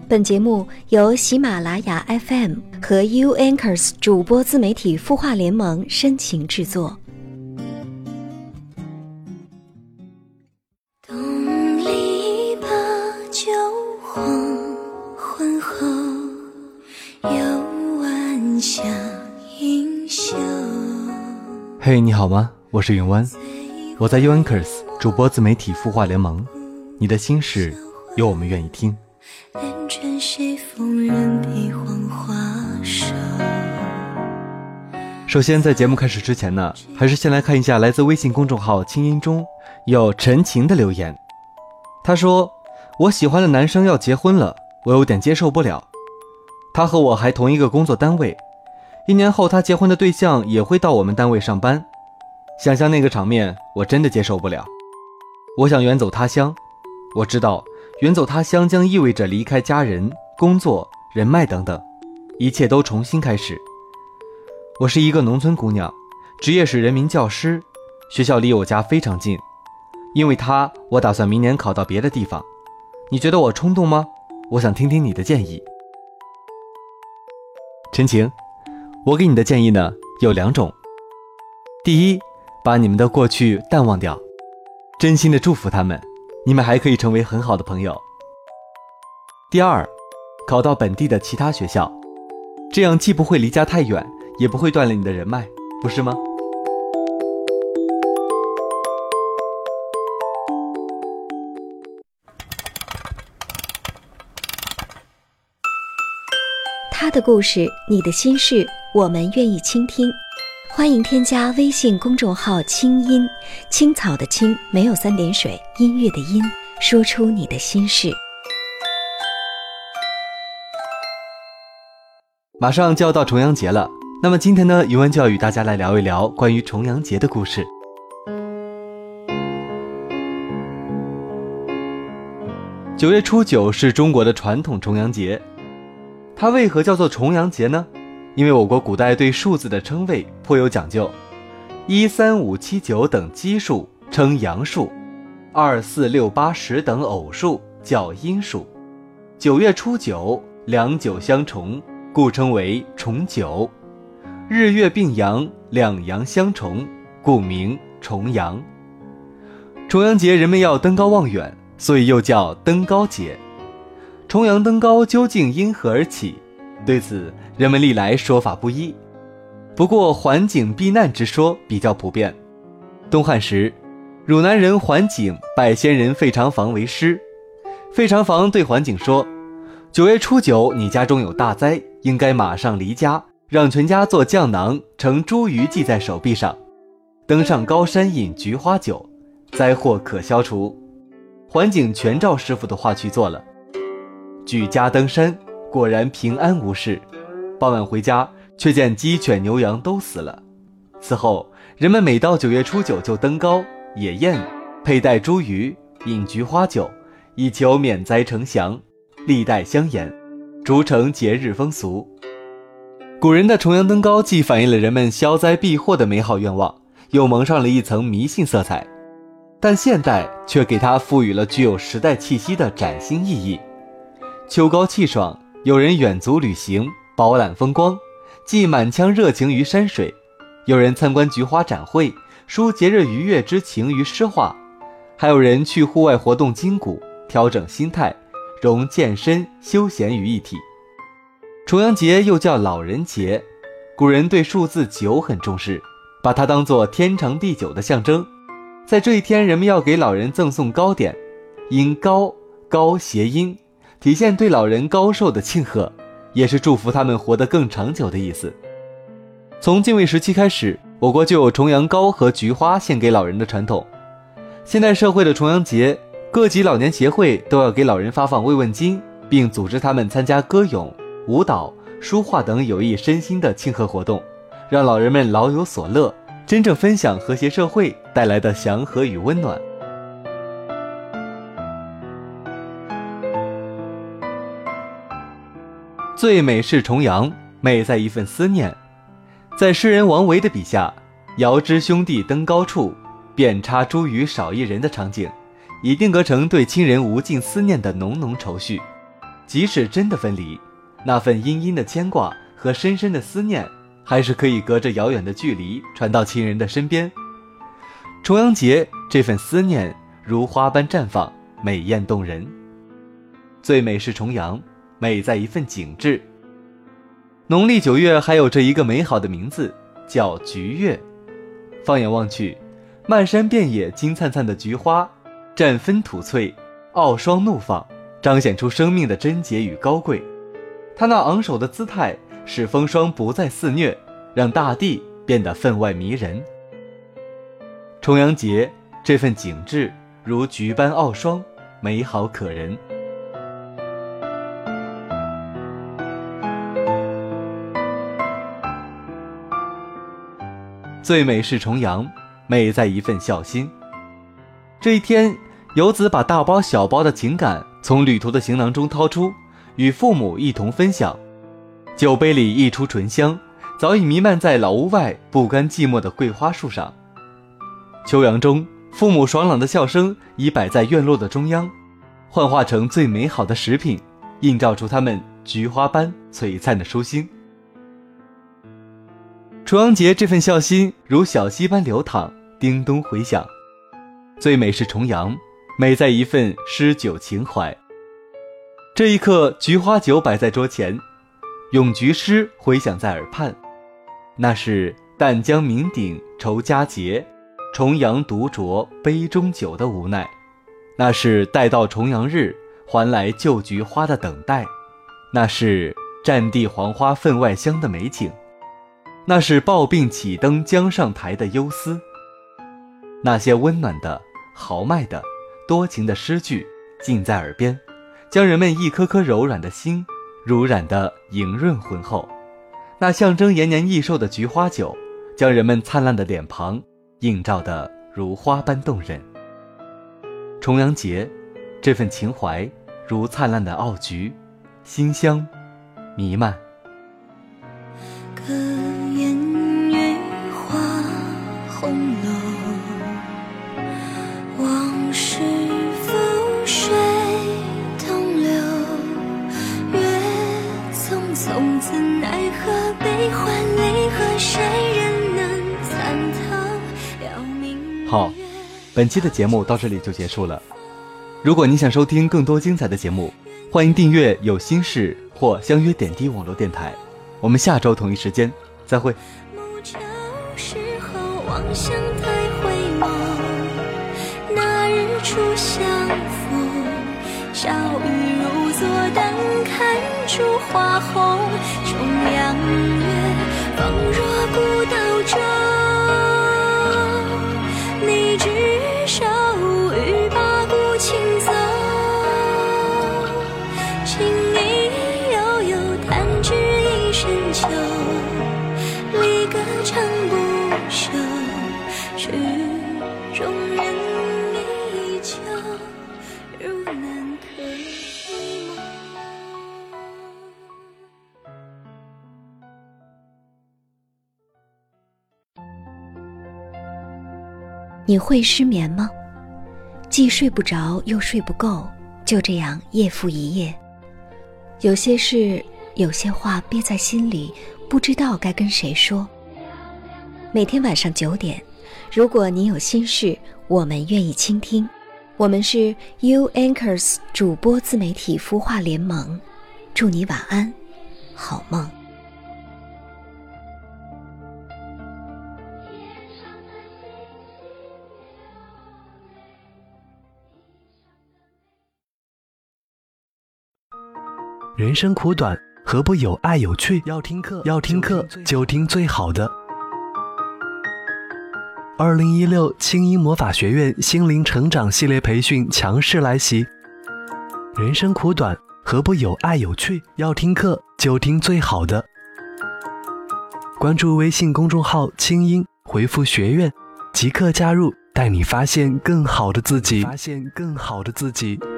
本节目由喜马拉雅 FM 和 U-Anchors 主播自媒体孵化联盟深情制作。 东篱笆旧黄昏后，有晚霞映秀。 嘿，你好吗？我是云湾，我在 U-Anchors 主播自媒体孵化联盟，你的心事有我们愿意听。 连春谁逢人比黄花瘦。 首先在节目开始之前呢，还是先来看一下来自微信公众号清音中有陈晴的留言。他说，我喜欢的男生要结婚了，我有点接受不了。他和我还同一个工作单位，1年后他结婚的对象也会到我们单位上班，想象那个场面，我真的接受不了。我想远走他乡，我知道远走他乡将意味着离开家人、工作、人脉等等，一切都重新开始。我是一个农村姑娘，职业是人民教师，学校离我家非常近。因为他，我打算明年考到别的地方。你觉得我冲动吗？我想听听你的建议。陈晴，我给你的建议呢有2种。第一，把你们的过去淡忘掉，真心的祝福他们，你们还可以成为很好的朋友。第二，考到本地的其他学校，这样既不会离家太远，也不会断了你的人脉，不是吗？ 他的故事，你的心事，我们愿意倾听。欢迎添加微信公众号清音，青草的青，没有3点水，音乐的音，说出你的心事。 马上就要到重阳节了，那么今天呢，云湾就要与大家来聊一聊关于重阳节的故事。9月初9是中国的传统重阳节，它为何叫做重阳节呢？因为我国古代对数字的称谓颇有讲究，1、3、5、7、9等奇数称阳数，2、4、6、8、10等偶数叫阴数。9月初9，良久相重，故称为重九。日月并阳，两阳相重，故名重阳。重阳节人们要登高望远，所以又叫登高节。重阳登高究竟因何而起？对此人们历来说法不一，不过桓景避难之说比较普遍。东汉时，汝南人桓景拜先人费长房为师，费长房对桓景说，9月初9你家中有大灾，应该马上离家，让全家做酱囊，盛茱萸系在手臂上，登上高山饮菊花酒，灾祸可消除。桓景全照师傅的话去做了，举家登山，果然平安无事。傍晚回家，却见鸡犬牛羊都死了。此后人们每到9月初9就登高野宴，佩戴茱萸，饮菊花酒，以求免灾成祥，历代相沿，逐成节日风俗。古人的重阳登高既反映了人们消灾避祸的美好愿望，又蒙上了一层迷信色彩，但现代却给它赋予了具有时代气息的崭新意义。秋高气爽，有人远足旅行，饱览风光，寄满腔热情于山水；有人参观菊花展会，抒节日愉悦之情于诗画；还有人去户外活动筋骨，调整心态，融健身休闲于一体。重阳节又叫老人节，古人对数字9很重视，把它当作天长地久的象征。在这一天，人们要给老人赠送糕点，因高谐音，体现对老人高寿的庆贺，也是祝福他们活得更长久的意思。从晋魏时期开始，我国就有重阳糕和菊花献给老人的传统。现代社会的重阳节，各级老年协会都要给老人发放慰问金，并组织他们参加歌咏、舞蹈、书画等有益身心的庆贺活动，让老人们老有所乐，真正分享和谐社会带来的祥和与温暖。最美是重阳，美在一份思念。在诗人王维的笔下，遥知兄弟登高处，遍插茱萸少一人的场景，已定格成对亲人无尽思念的浓浓愁绪。 即使真的分离，那份殷殷的牵挂和深深的思念，还是可以隔着遥远的距离传到亲人的身边。重阳节这份思念如花般绽放，美艳动人。最美是重阳，美在一份景致。农历9月还有着一个美好的名字，叫菊月。放眼望去，漫山遍野金灿灿的菊花，绽纷吐翠，傲霜怒放，彰显出生命的贞洁与高贵。它那昂首的姿态，使风霜不再肆虐，让大地变得分外迷人。重阳节这份景致如菊般傲霜，美好可人。最美是重阳，美在一份孝心。这一天，游子把大包小包的情感从旅途的行囊中掏出，与父母一同分享。酒杯里溢出醇香，早已弥漫在老屋外不甘寂寞的桂花树上。秋阳中，父母爽朗的笑声已摆在院落的中央，幻化成最美好的食品，映照出他们菊花般璀璨的舒心。重阳节这份孝心如小溪般流淌，叮咚回响。最美是重阳，美在一份诗酒情怀。这一刻，菊花酒摆在桌前，咏菊诗回响在耳畔。那是淡江酩酊愁佳节，重阳独酌杯中酒的无奈。那是待到重阳日，还来就菊花的等待。那是占地黄花分外香的美景。那是抱病启灯江上台的忧思。那些温暖的、豪迈的、多情的诗句尽在耳边，将人们一颗颗柔软的心濡染得莹润浑厚。那象征延年益寿的菊花酒，将人们灿烂的脸庞映照得如花般动人。重阳节这份情怀如灿烂的奥菊，馨香弥漫。 隔烟雨花红楼，往事浮水东流。月匆匆怎奈何，悲欢离合，谁人能参透？要明月。 好，本期的节目到这里就结束了。如果你想收听更多精彩的节目，欢迎订阅有心事或相约点滴网络电台。我们下周同一时间再会。 暮秋时候望向台回眸，那日初相逢，小雨如作灯看烛花红。重阳月仿若古道中，你执手欲把古琴奏，情意悠悠弹指一身秋，离歌唱不休，曲中人依旧，如南柯一梦。 你会失眠吗？既睡不着又睡不够，就这样夜复一夜。有些事有些话憋在心里，不知道该跟谁说。每天晚上9点，如果你有心事，我们愿意倾听。我们是 You Anchors 主播自媒体孵化联盟，祝你晚安，好梦。 人生苦短，何不有爱有趣？要听课就听最好的。2016清音魔法学院心灵成长系列培训强势来袭。人生苦短，何不有爱有趣？要听课就听最好的。关注微信公众号清音，回复学院即刻加入，带你发现更好的自己。